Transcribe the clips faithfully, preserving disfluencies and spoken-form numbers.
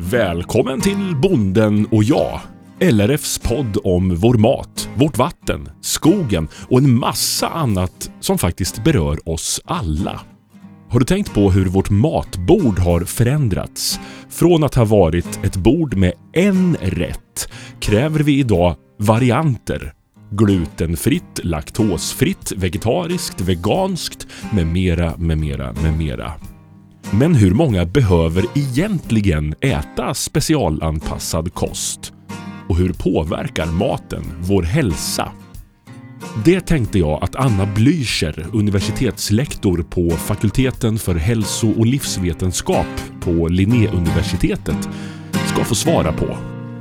Välkommen till Bonden och jag, L R F:s podd om vår mat, vårt vatten, skogen och en massa annat som faktiskt berör oss alla. Har du tänkt på hur vårt matbord har förändrats? Från att ha varit ett bord med en rätt kräver vi idag varianter. Glutenfritt, laktosfritt, vegetariskt, veganskt, med mera, med mera, med mera. Men hur många behöver egentligen äta specialanpassad kost? Och hur påverkar maten vår hälsa? Det tänkte jag att Anna Blücher, universitetslektor på fakulteten för hälso- och livsvetenskap på Linnéuniversitetet, ska få svara på.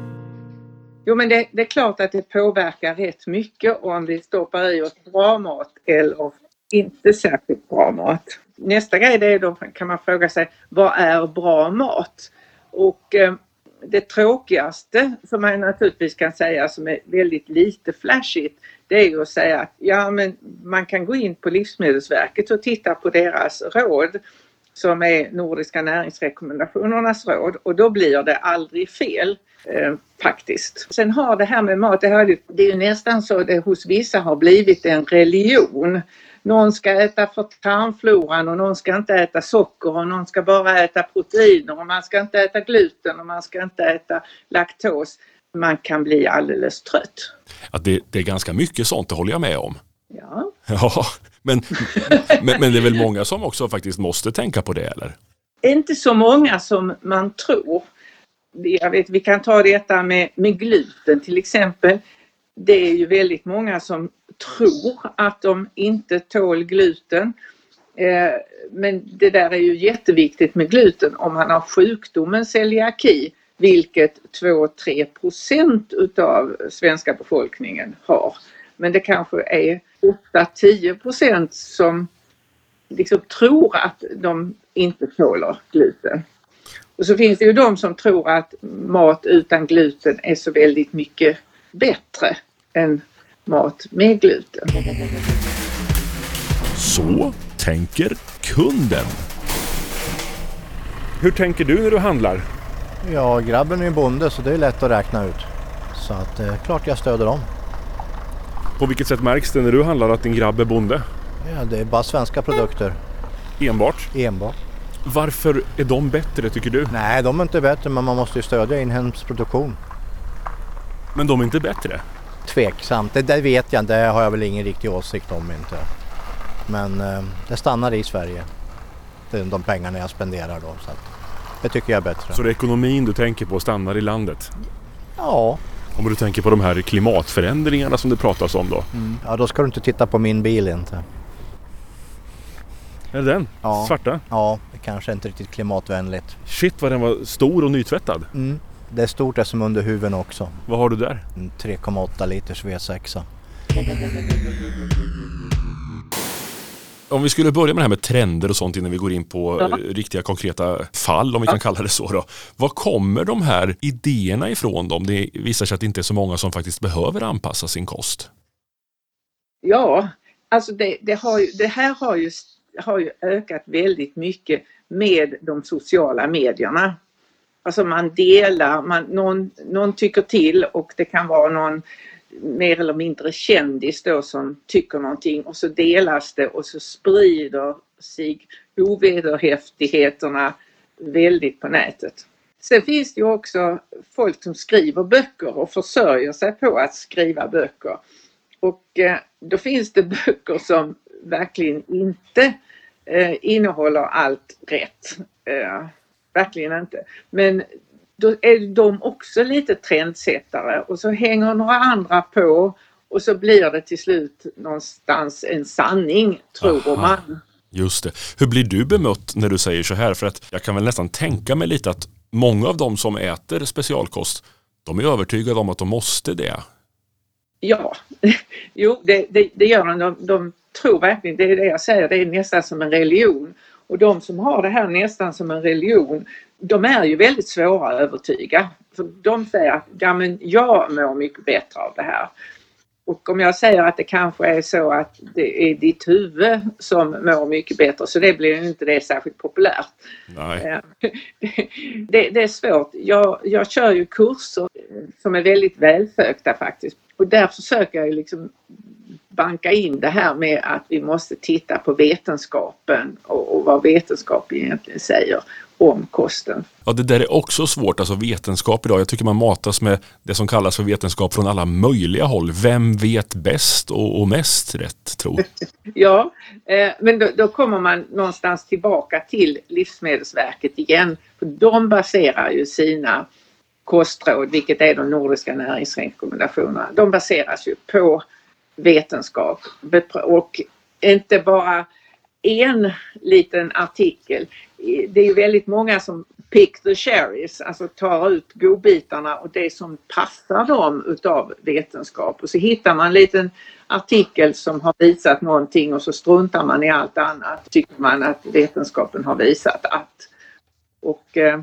Jo, men det, det är klart att det påverkar rätt mycket om vi stoppar i oss bra mat eller inte särskilt bra mat. Nästa grej är då kan man fråga sig, vad är bra mat? Och eh, det tråkigaste som man naturligtvis kan säga som är väldigt lite flashigt, det är ju att säga att ja, men man kan gå in på Livsmedelsverket och titta på deras råd som är Nordiska näringsrekommendationernas råd, och då blir det aldrig fel. Eh, faktiskt. Sen har det här med mat, det, här, det är ju nästan så det hos vissa har blivit en religion. Någon ska äta för tarmfloran och någon ska inte äta socker och någon ska bara äta proteiner och man ska inte äta gluten och man ska inte äta laktos. Man kan bli alldeles trött. Att det, det är ganska mycket sånt, det håller jag med om. Ja. Ja, men, men, men det är väl många som också faktiskt måste tänka på det, eller? Inte så många som man tror. Jag vet, vi kan ta detta med, med gluten till exempel. Det är ju väldigt många som tror att de inte tål gluten. Eh, men det där är ju jätteviktigt med gluten om man har sjukdomen celiaki, vilket två till tre procent utav svenska befolkningen har. Men det kanske är åtta till tio procent som liksom tror att de inte tåler gluten. Och så finns det ju de som tror att mat utan gluten är så väldigt mycket bättre än mat med gluten. Så tänker kunden. Hur tänker du när du handlar? Ja, grabben är ju bonde så det är lätt att räkna ut. Så att det är klart jag stöder dem. På vilket sätt märks det när du handlar att din grabb är bonde? Ja, det är bara svenska produkter. Enbart? Enbart. Varför är de bättre, tycker du? Nej, de är inte bättre, men man måste ju stödja inhemsk produktion. Men de är inte bättre? Tveksamt, det, det vet jag, det har jag väl ingen riktig åsikt om inte. Men eh, det stannar i Sverige. Det är de pengarna jag spenderar då, så att det tycker jag är bättre. Så det är ekonomin du tänker på stannar i landet? Ja. Om du tänker på de här klimatförändringarna som det pratas om då? Mm. Ja, då ska du inte titta på min bil inte. Är det den? Ja. Svarta? Ja, det kanske inte riktigt klimatvänligt. Shit vad den var stor och nytvättad. Mm. Det är stort det som under huven också. Vad har du där? En tre komma åtta liters V sex. Om vi skulle börja med det här med trender och sånt innan vi går in på ja. riktiga konkreta fall, om vi kan kalla det så då. Var kommer de här idéerna ifrån då? Det visar sig att det inte är så många som faktiskt behöver anpassa sin kost. Ja, alltså det, det, har ju, det här har ju, har ju ökat väldigt mycket med de sociala medierna. Alltså man delar, man, någon, någon tycker till och det kan vara någon mer eller mindre kändis då som tycker någonting och så delas det och så sprider sig ovederhäftigheterna väldigt på nätet. Sen finns det ju också folk som skriver böcker och försörjer sig på att skriva böcker. Och eh, då finns det böcker som verkligen inte eh, innehåller allt rätt. Eh, verkligen inte. Men då är de också lite trendsättare och så hänger några andra på och så blir det till slut någonstans en sanning, tror Aha. man. Just det. Hur blir du bemött när du säger så här? För att jag kan väl nästan tänka mig lite att många av dem som äter specialkost, de är övertygade om att de måste det. Ja, jo det, det, det gör de. de. De tror verkligen, det är det jag säger, det är nästan som en religion. Och de som har det här nästan som en religion, de är ju väldigt svåra att övertyga. För de säger att ja, men jag mår mycket bättre av det här. Och om jag säger att det kanske är så att det är ditt huvud som mår mycket bättre, så det blir inte det särskilt populärt. Nej. Det, det är svårt. Jag, jag kör ju kurser som är väldigt välsökta faktiskt. Och där försöker jag liksom banka in det här med att vi måste titta på vetenskapen och, och vad vetenskap egentligen säger om kosten. Ja, det där är också svårt, alltså vetenskap idag. Jag tycker man matas med det som kallas för vetenskap från alla möjliga håll. Vem vet bäst och, och mest rätt, tror jag. Ja, eh, men då, då kommer man någonstans tillbaka till Livsmedelsverket igen. För de baserar ju sina kostråd, vilket är de nordiska näringsrekommendationerna. De baseras ju på vetenskap och inte bara en liten artikel. Det är ju väldigt många som pick the cherries, alltså tar ut godbitarna och det som passar dem utav vetenskap. Och så hittar man en liten artikel som har visat någonting och så struntar man i allt annat. Tycker man att vetenskapen har visat att. Och eh,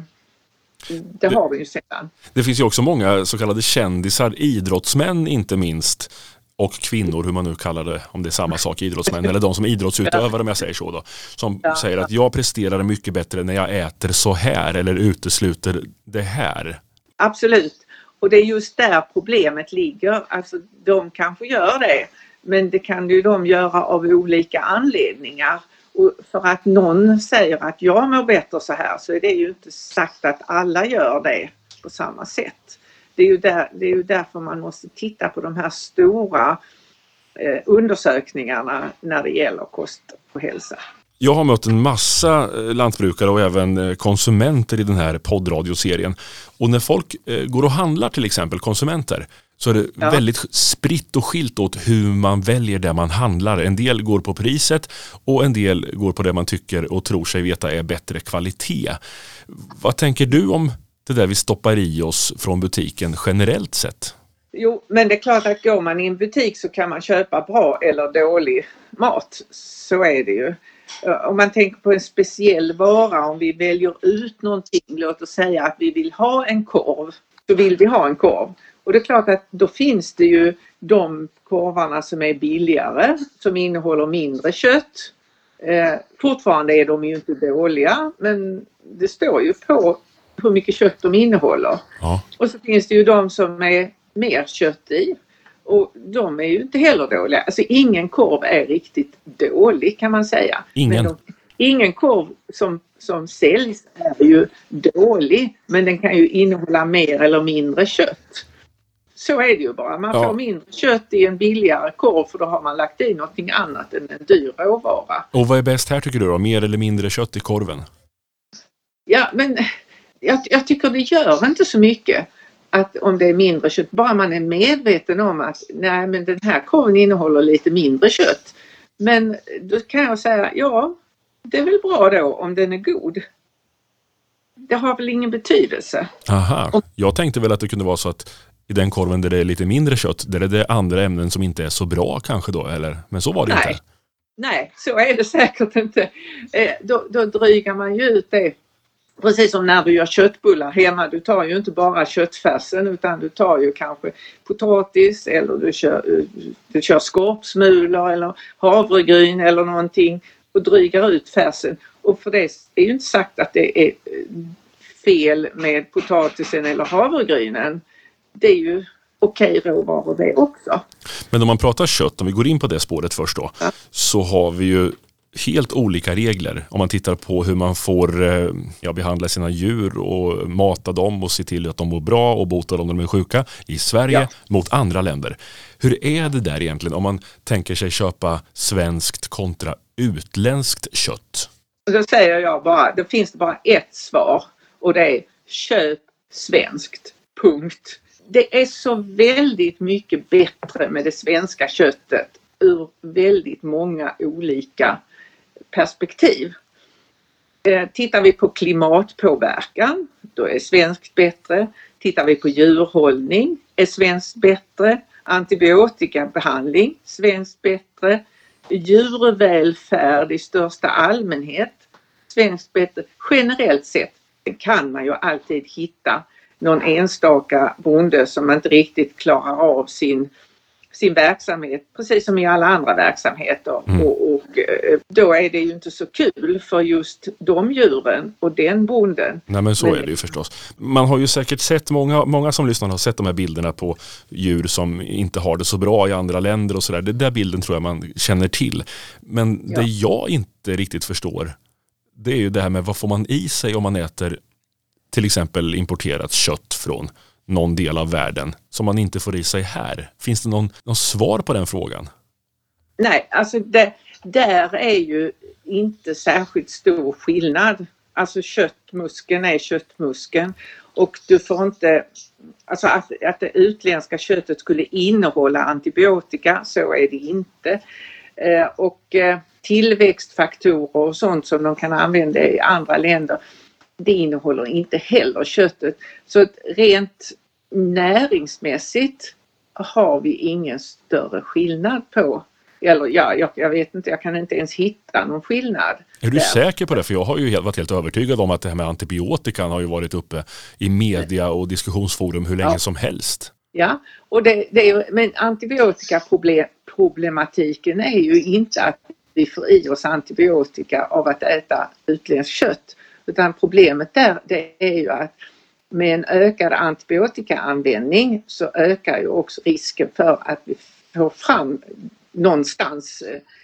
det har vi ju sedan. Det finns ju också många så kallade kändisar, idrottsmän inte minst, och kvinnor, hur man nu kallar det, om det är samma sak, idrottsmän eller de som är idrottsutövare, om jag säger så då, som ja. säger att jag presterar mycket bättre när jag äter så här eller utesluter det här. Absolut, och det är just där problemet ligger. Alltså de kanske gör det, men det kan ju de göra av olika anledningar. Och för att någon säger att jag mår bättre så här, så är det ju inte sagt att alla gör det på samma sätt. Det är ju, där, det är ju därför man måste titta på de här stora eh, undersökningarna när det gäller kost och hälsa. Jag har mött en massa lantbrukare och även konsumenter i den här poddradioserien. Och när folk eh, går och handlar, till exempel konsumenter, så är det ja. väldigt spritt och skilt åt hur man väljer det man handlar. En del går på priset och en del går på det man tycker och tror sig veta är bättre kvalitet. Vad tänker du om det där vi stoppar i oss från butiken generellt sett? Jo, men det är klart att går man i en butik så kan man köpa bra eller dålig mat. Så är det ju. Om man tänker på en speciell vara, om vi väljer ut någonting, låt oss säga att vi vill ha en korv, så vill vi ha en korv. Och det är klart att då finns det ju de korvarna som är billigare, som innehåller mindre kött. Eh, fortfarande är de ju inte dåliga, men det står ju på hur mycket kött de innehåller. Ja. Och så finns det ju de som är mer kött i. Och de är ju inte heller dåliga. Alltså ingen korv är riktigt dålig, kan man säga. Ingen? Men de, ingen korv som, som säljs är ju dålig. Men den kan ju innehålla mer eller mindre kött. Så är det ju bara. Man får ja. mindre kött i en billigare korv, för då har man lagt i någonting annat än en dyr råvara. Och vad är bäst här tycker du då? Mer eller mindre kött i korven? Ja, men jag, jag tycker det gör inte så mycket att om det är mindre kött. Bara man är medveten om att nej, men den här korven innehåller lite mindre kött. Men då kan jag säga, ja, det är väl bra då om den är god. Det har väl ingen betydelse. Aha, jag tänkte väl att det kunde vara så att i den korven där det är lite mindre kött, där är det andra ämnen som inte är så bra kanske då, eller? Men så var det nej. inte. Nej, så är det säkert inte. Eh, då, då drygar man ju ut det. Precis som när du gör köttbullar hemma, du tar ju inte bara köttfärsen, utan du tar ju kanske potatis eller du kör, du kör skorpsmulor eller havregryn eller någonting och drygar ut färsen. Och för det är ju inte sagt att det är fel med potatisen eller havregrynen. Det är ju okej råvaror det också. Men om man pratar kött, om vi går in på det spåret först då, ja. så har vi ju helt olika regler om man tittar på hur man får ja, behandla sina djur och mata dem och se till att de mår bra och bota dem när de är sjuka i Sverige ja. mot andra länder. Hur är det där egentligen om man tänker sig köpa svenskt kontra utländskt kött? Då säger jag bara, det finns bara ett svar och det är köp svenskt. Punkt. Det är så väldigt mycket bättre med det svenska köttet ur väldigt många olika perspektiv. Eh, tittar vi på klimatpåverkan, då är svenskt bättre. Tittar vi på djurhållning, är svenskt bättre. Antibiotikabehandling, svenskt bättre. Djurvälfärd i största allmänhet, svenskt bättre. Generellt sett kan man ju alltid hitta någon enstaka bonde som inte riktigt klarar av sin sin verksamhet precis som i alla andra verksamheter. Mm. Och, och då är det ju inte så kul för just de djuren och den bonden. Nej, men så men, är det ju förstås. Man har ju säkert sett, många, många som lyssnar har sett de här bilderna på djur som inte har det så bra i andra länder och sådär. Det där bilden tror jag man känner till. Men ja. Det jag inte riktigt förstår, det är ju det här med vad får man i sig om man äter till exempel importerat kött från någon del av världen som man inte får i sig här. Finns det någon, någon svar på den frågan? Nej, alltså det, där är ju inte särskilt stor skillnad. Alltså köttmuskeln är köttmuskeln och du får inte, alltså att, att det utländska köttet skulle innehålla antibiotika, så är det inte. Eh, och eh, tillväxtfaktorer och sånt som de kan använda i andra länder, det innehåller inte heller köttet. Så att rent näringsmässigt har vi ingen större skillnad på. Eller ja, jag, jag vet inte, jag kan inte ens hitta någon skillnad. Är du där. Säker på det? För jag har ju varit helt övertygad om att det här med antibiotikan har ju varit uppe i media och diskussionsforum hur länge ja. Som helst. Ja, och det, det är, men antibiotikaproblematiken är ju inte att vi får i oss antibiotika av att äta utländskt kött. Utan problemet där, det är ju att med en ökad antibiotikaanvändning så ökar ju också risken för att vi får fram någonstans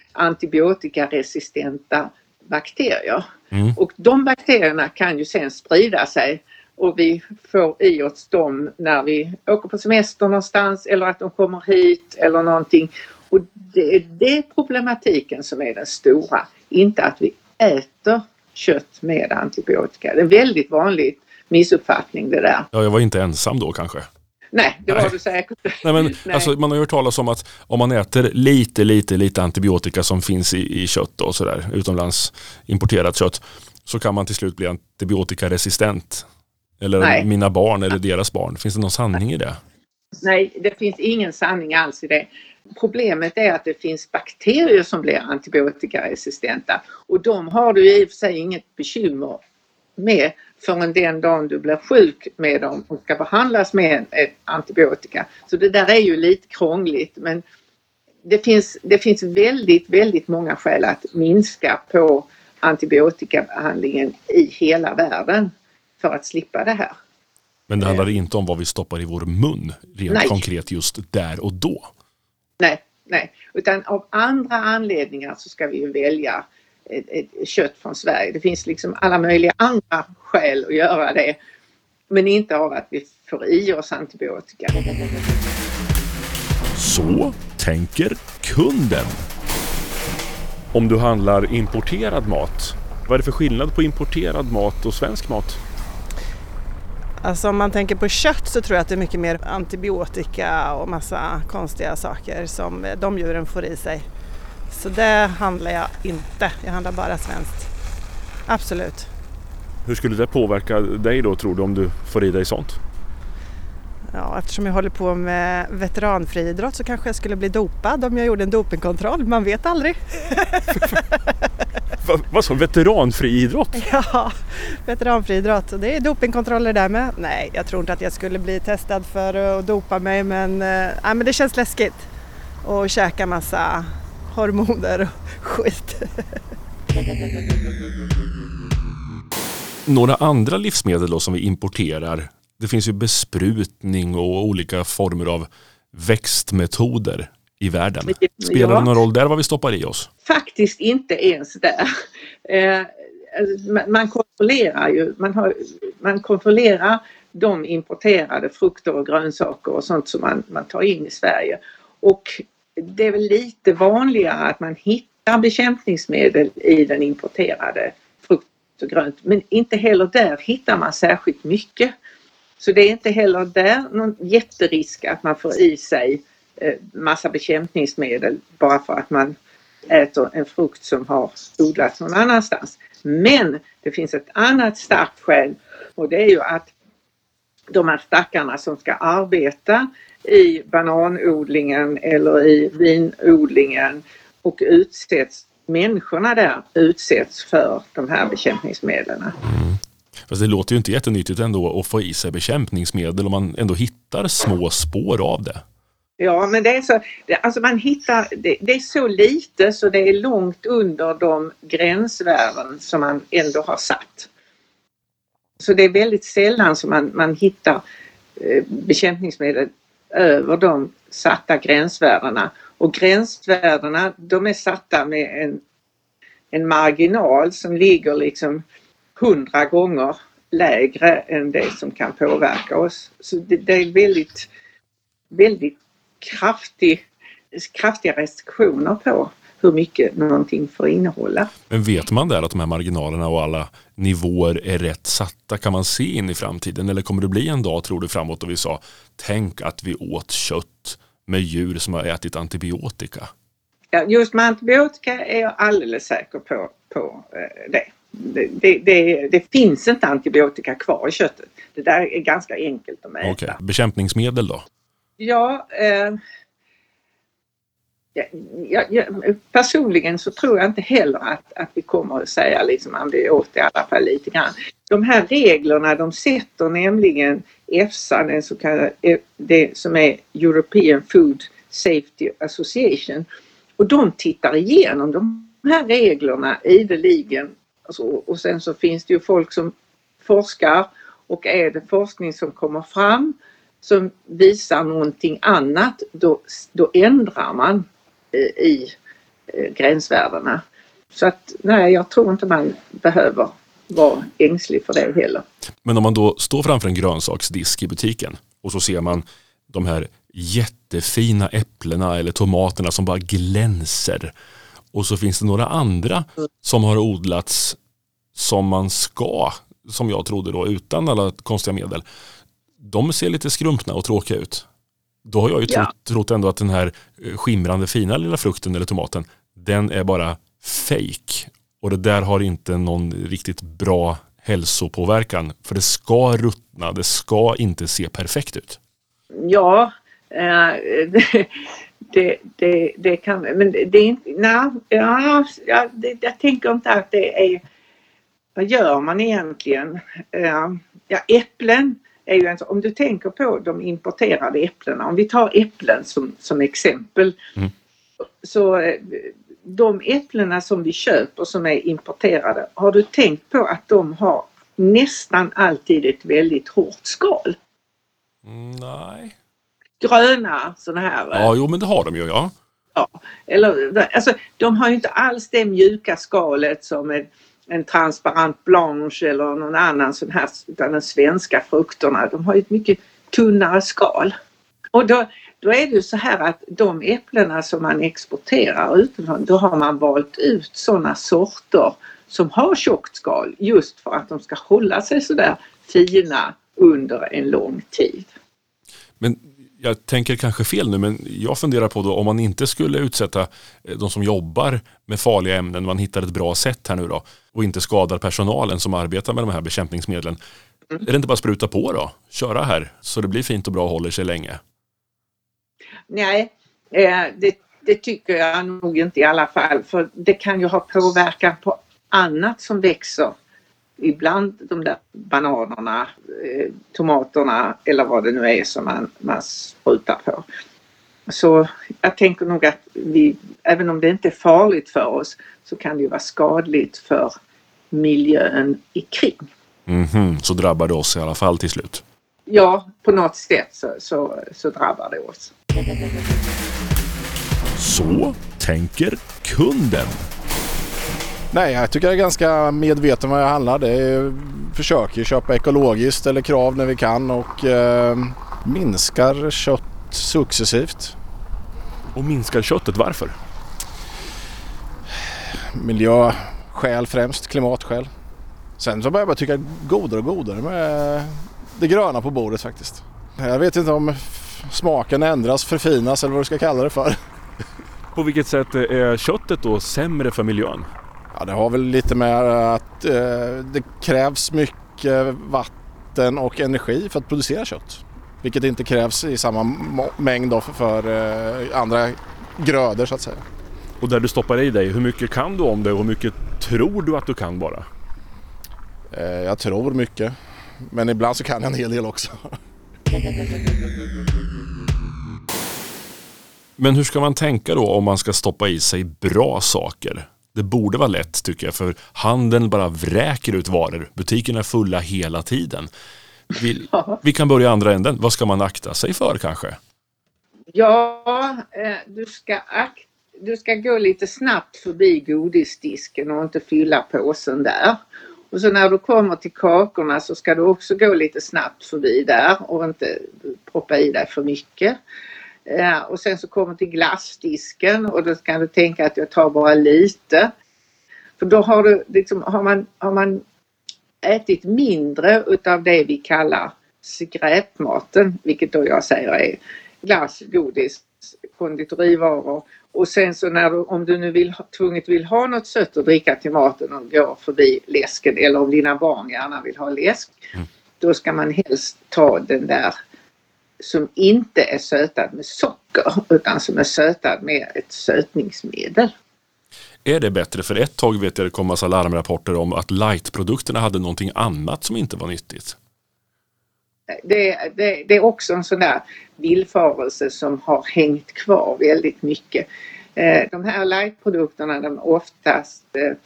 antibiotikaresistenta bakterier. Mm. Och de bakterierna kan ju sen sprida sig och vi får i oss dem när vi åker på semester någonstans eller att de kommer hit eller någonting. Och det är det problematiken som är den stora, inte att vi äter kött med antibiotika. Det är en väldigt vanlig missuppfattning det där. Ja, jag var inte ensam då kanske. Nej, det var Nej. Du säkert. Nej, men Nej. Alltså, man har ju hört talas om att om man äter lite, lite, lite antibiotika som finns i, i kött och sådär, utomlands importerat kött, så kan man till slut bli antibiotikaresistent. Eller Nej. Mina barn eller deras barn. Finns det någon sanning i det? Nej, det finns ingen sanning alls i det. Problemet är att det finns bakterier som blir antibiotikaresistenta och de har du i och för sig inget bekymmer med förrän den dagen du blir sjuk med dem och ska behandlas med ett antibiotika. Så det där är ju lite krångligt, men det finns, det finns väldigt, väldigt många skäl att minska på antibiotikabehandlingen i hela världen för att slippa det här. Men det handlar inte om vad vi stoppar i vår mun rent nej. Konkret just där och då. Nej, nej. Utan av andra anledningar så ska vi ju välja ett, ett kött från Sverige. Det finns liksom alla möjliga andra skäl att göra det. Men inte av att vi får i oss antibiotika. Så tänker kunden. Om du handlar importerad mat, vad är det för skillnad på importerad mat och svensk mat? Alltså om man tänker på kött så tror jag att det är mycket mer antibiotika och massa konstiga saker som de djuren får i sig. Så det handlar jag inte. Jag handlar bara svenskt. Absolut. Hur skulle det påverka dig då, tror du, om du får i dig sånt? Ja, eftersom jag håller på med veteranfriidrott så kanske jag skulle bli dopad om jag gjorde en dopingkontroll. Man vet aldrig. Va, vad så? Veteranfriidrott? Ja, veteranfriidrott. Och det är dopingkontroller där med. Nej, jag tror inte att jag skulle bli testad för att dopa mig. Men, äh, men det känns läskigt. Och käka massa hormoner och skit. Några andra livsmedel då som vi importerar. Det finns ju besprutning och olika former av växtmetoder i världen. Spelar ja. det någon roll där vad vi stoppar i oss? Faktiskt inte ens där. Eh, man kontrollerar ju, man, har, man kontrollerar de importerade frukter och grönsaker och sånt som man, man tar in i Sverige. Och det är väl lite vanligare att man hittar bekämpningsmedel i den importerade frukt och grönt. Men inte heller där hittar man särskilt mycket. Så det är inte heller där någon jätterisk att man får i sig eh, massa bekämpningsmedel bara för att man äter en frukt som har odlats någon annanstans. Men det finns ett annat starkt skäl och det är ju att de här stackarna som ska arbeta i bananodlingen eller i vinodlingen och utsätts, människorna där utsätts för de här bekämpningsmedlen. Mm. Fast det låter ju inte jättenyttigt ändå att få i sig bekämpningsmedel om man ändå hittar små spår av det. Ja, men det är så, det, alltså man hittar, det, det är så lite så det är långt under de gränsvärden som man ändå har satt. Så det är väldigt sällan som man, man hittar eh, bekämpningsmedel över de satta gränsvärdena. Och gränsvärdena, de är satta med en, en marginal som ligger liksom hundra gånger lägre än det som kan påverka oss. Så det, det är väldigt, väldigt kraftig, kraftiga restriktioner på hur mycket någonting får innehålla. Men vet man där att de här marginalerna och alla nivåer är rätt satta? Kan man se in i framtiden? Eller kommer det bli en dag, tror du, framåt och vi sa, tänk att vi åt kött med djur som har ätit antibiotika? Ja, just med antibiotika är jag alldeles säker på, på eh, det. Det, det, det. Det finns inte antibiotika kvar i köttet. Det där är ganska enkelt att mäta. Okej, bekämpningsmedel då? Ja, eh, ja, ja, personligen så tror jag inte heller att, att vi kommer att säga liksom antibiotika i alla fall lite grann. De här reglerna, de sätter nämligen EFSA, den så kallade, det som är European Food Safety Association, och de tittar igenom de här reglerna ideligen. Alltså, och sen så finns det ju folk som forskar, och är det forskning som kommer fram som visar någonting annat, då, då ändrar man eh, i eh, gränsvärdena. Så att nej, jag tror inte man behöver vara ängslig för det heller. Men om man då står framför en grönsaksdisk i butiken och så ser man de här jättefina äpplena eller tomaterna som bara glänser, och så finns det några andra som har odlats som man ska, som jag trodde då, utan alla konstiga medel. De ser lite skrumpna och tråkiga ut. Då har jag ju trott, ja. trott ändå att den här skimrande fina lilla frukten eller tomaten, den är bara fake. Och det där har inte någon riktigt bra hälsopåverkan. För det ska ruttna, det ska inte se perfekt ut. Ja, äh, det, det, det, det kan, men det, det är inte, nej, ja, ja, det, jag tänker inte att det är, vad gör man egentligen? Äh, ja, äpplen är ju en, om du tänker på de importerade äpplena, om vi tar äpplen som, som exempel, mm. så de äpplena som vi köper som är importerade, har du tänkt på att de har nästan alltid ett väldigt hårt skal? Mm, nej. Gröna sådana här. Ja, jo, men det har de ju, ja. Ja, eller alltså de har ju inte alls det mjuka skalet som en, en transparent blanche eller någon annan sån här, utan de svenska frukterna, de har ju ett mycket tunnare skal. Och då, då är det ju så här att de äpplena som man exporterar utifrån, då har man valt ut sådana sorter som har tjockt skal just för att de ska hålla sig så där fina under en lång tid. Men jag tänker kanske fel nu, men jag funderar på då, om man inte skulle utsätta de som jobbar med farliga ämnen, man hittar ett bra sätt här nu då, och inte skadar personalen som arbetar med de här bekämpningsmedlen. Mm. Är det inte bara spruta på då? Köra här så det blir fint och bra och håller sig länge? Nej, eh, det, det tycker jag nog inte i alla fall, för det kan ju ha påverkan på annat som växer. Ibland de där bananerna, eh, tomaterna eller vad det nu är som man, man sprutar på. Så jag tänker nog att vi, även om det inte är farligt för oss, så kan det ju vara skadligt för miljön i kring. Mm-hmm, så drabbar det oss i alla fall till slut? Ja, på något sätt så, så, så drabbar det oss. Så tänker kunden. Nej, jag tycker jag är ganska medveten vad jag handlar. Det är, försöker köpa ekologiskt eller krav när vi kan och eh, minskar kött successivt. Och minskar köttet, varför? Miljöskäl främst, klimatskäl. Sen så börjar jag bara tycka godare och godare med det gröna på bordet faktiskt. Jag vet inte om smaken ändras, förfinas eller vad du ska kalla det för. På vilket sätt är köttet då sämre för miljön? Ja, det har väl lite med att eh, det krävs mycket vatten och energi för att producera kött. Vilket inte krävs i samma må- mängd för, för eh, andra grödor så att säga. Och där du stoppar i dig, hur mycket kan du om det och hur mycket tror du att du kan bara? Eh, jag tror mycket, men ibland så kan jag en hel del också. Men hur ska man tänka då om man ska stoppa i sig bra saker? Det borde vara lätt tycker jag, för handeln bara vräker ut varor. Butikerna är fulla hela tiden. Vi, vi kan börja andra änden. Vad ska man akta sig för kanske? Ja, du ska, akt, du ska gå lite snabbt förbi godisdisken och inte fylla påsen där. Och så när du kommer till kakorna så ska du också gå lite snabbt förbi där och inte proppa i dig för mycket. Och sen så kommer du till glassdisken och då kan du tänka att jag tar bara lite. För då har, du, liksom, har, man, har man ätit mindre utav det vi kallar skräpmaten, vilket då jag säger är glass, godis, konditorivaror. Och sen så när du, om du nu vill, tvunget vill ha något sött att dricka till maten och gå förbi läsken, eller om dina barn gärna vill ha läsk, mm. då ska man helst ta den där som inte är sötad med socker utan som är sötad med ett sötningsmedel. Är det bättre? För ett tag vet jag det kom massa larmrapporter om att lightprodukterna hade någonting annat som inte var nyttigt. Det, det, det är också en sån där villfarelse som har hängt kvar väldigt mycket. De här lightprodukterna de är oftast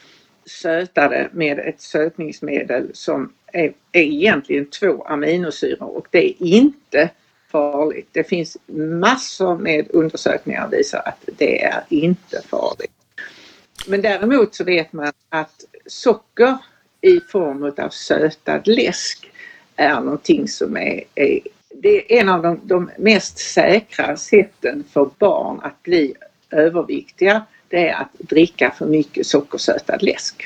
sötade med ett sötningsmedel som är, är egentligen två aminosyror och det är inte farligt. Det finns massor med undersökningar som visar att det är inte farligt. Men däremot så vet man att socker i form av sötad läsk är någonting som är, är, det är en av de, de mest säkra sätten för barn att bli överviktiga. Det är att dricka för mycket sockersötad läsk.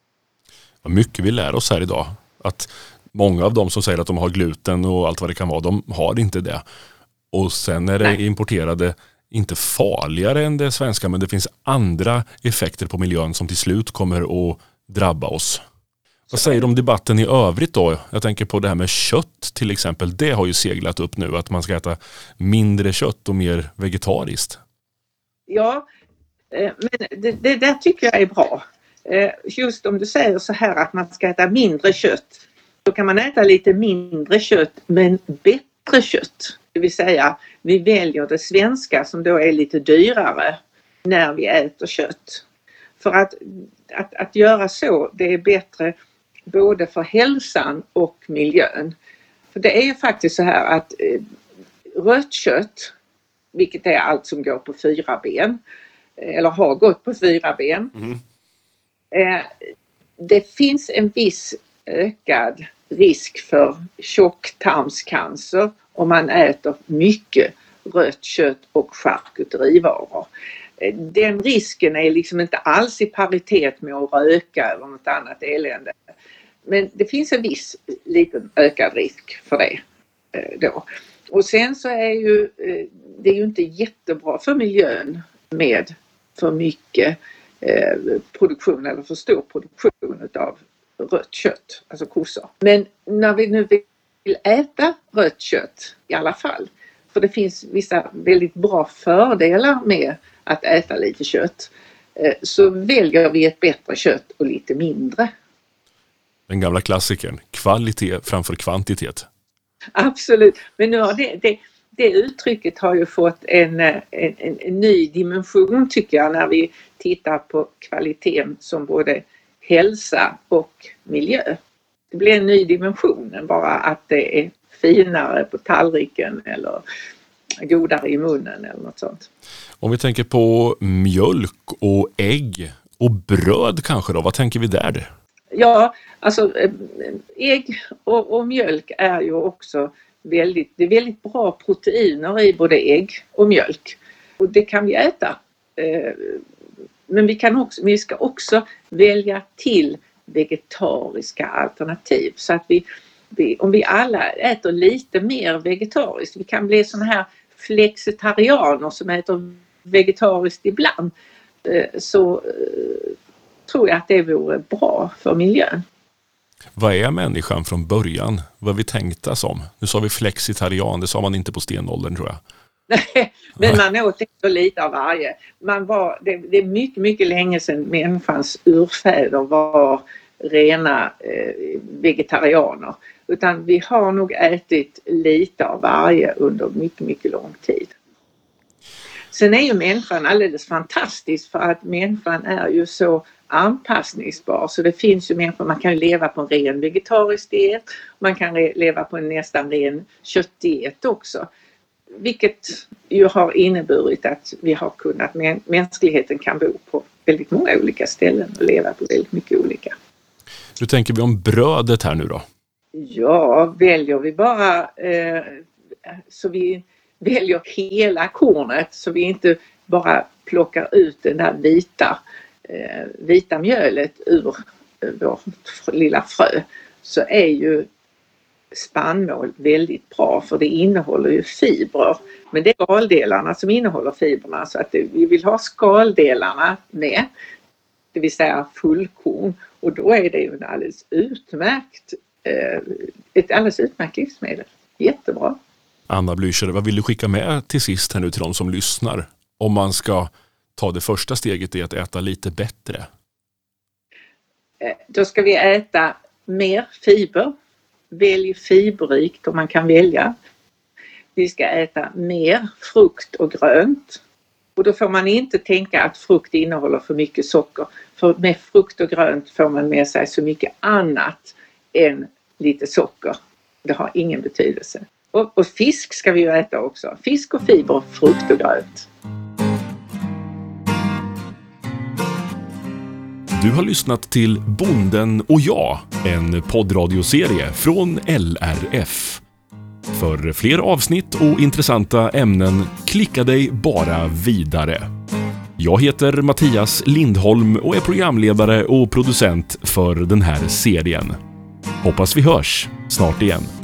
Vad mycket vi lär oss här idag. Att många av dem som säger att de har gluten och allt vad det kan vara, de har inte det. Och sen är det Nej. importerade inte farligare än det svenska, men det finns andra effekter på miljön som till slut kommer att drabba oss. Vad säger du om debatten i övrigt då? Jag tänker på det här med kött till exempel. Det har ju seglat upp nu att man ska äta mindre kött och mer vegetariskt. Ja, men det, det där tycker jag är bra. Just om du säger så här att man ska äta mindre kött, då kan man äta lite mindre kött men bättre kött. Det vill säga vi väljer det svenska som då är lite dyrare när vi äter kött. För att, att, att göra så, det är bättre både för hälsan och miljön. För det är ju faktiskt så här att eh, rött kött, vilket är allt som går på fyra ben, eller har gått på fyra ben, mm. eh, det finns en viss ökad risk för tjocktarmscancer om man äter mycket rött kött och charkuterivaror. Den risken är liksom inte alls i paritet med att röka eller något annat elände. Men det finns en viss liten ökad risk för det då. Och sen så är ju det är ju inte jättebra för miljön med för mycket produktion eller för stor produktion av rött kött, alltså kossor. Men när vi nu vill äta rött kött i alla fall, för det finns vissa väldigt bra fördelar med att äta lite kött, så väljer vi ett bättre kött och lite mindre. Den gamla klassikern, kvalitet framför kvantitet. Absolut, men nu har det, det, det uttrycket har ju fått en, en, en, en ny dimension tycker jag när vi tittar på kvaliteten som både hälsa och miljö. Det blir en ny dimension än bara att det är finare på tallriken eller godare i munnen eller något sånt. Om vi tänker på mjölk och ägg och bröd kanske då, vad tänker vi där? Ja, alltså ägg och, och mjölk är ju också väldigt, det är väldigt bra proteiner i både ägg och mjölk. Och det kan vi äta. Men vi, kan också, vi ska också välja till vegetariska alternativ. Så att vi, vi, om vi alla äter lite mer vegetariskt, vi kan bli såna här flexitarianer som äter vegetariskt ibland, så tror jag att det vore bra för miljön. Vad är människan från början? Vad vi tänkta som? Nu sa vi flexitarian, det sa man inte på stenåldern tror jag. Nej, men man åt inte så lite av varje. Man var, det, det är mycket, mycket länge sedan människans urfäder var rena eh, vegetarianer. Utan vi har nog ätit lite av varje under mycket, mycket lång tid. Sen är ju människan alldeles fantastisk för att människan är ju så anpassningsbar. Så det finns ju människor, man kan leva på en ren vegetarisk diet, man kan leva på en nästan ren köttdiet också. Vilket ju har inneburit att vi har kunnat, mänskligheten kan bo på väldigt många olika ställen och leva på väldigt mycket olika. Hur tänker vi om brödet här nu då? Ja, väljer vi bara eh, så vi väljer hela kornet så vi inte bara plockar ut den där vita, eh, vita mjölet ur eh, vårt lilla frö, så är ju spannmål väldigt bra för det innehåller ju fibrer. Men det är skaldelarna som innehåller fibrerna, så att det, vi vill ha skaldelarna med, det vill säga fullkorn, och då är det ju en alldeles utmärkt, eh, ett alldeles utmärkt livsmedel. Jättebra. Anna Blücher, vad vill du skicka med till sist här nu till de som lyssnar? Om man ska ta det första steget i att äta lite bättre. Eh, då ska vi äta mer fiber. Välj fiberrikt om man kan välja. Vi ska äta mer frukt och grönt. Och då får man inte tänka att frukt innehåller för mycket socker. För med frukt och grönt får man med sig så mycket annat än lite socker. Det har ingen betydelse. Och, och fisk ska vi ju äta också. Fisk och fiber, frukt och grönt. Du har lyssnat till Bonden och jag, en poddradioserie från L R F. För fler avsnitt och intressanta ämnen, klicka dig bara vidare. Jag heter Mattias Lindholm och är programledare och producent för den här serien. Hoppas vi hörs snart igen.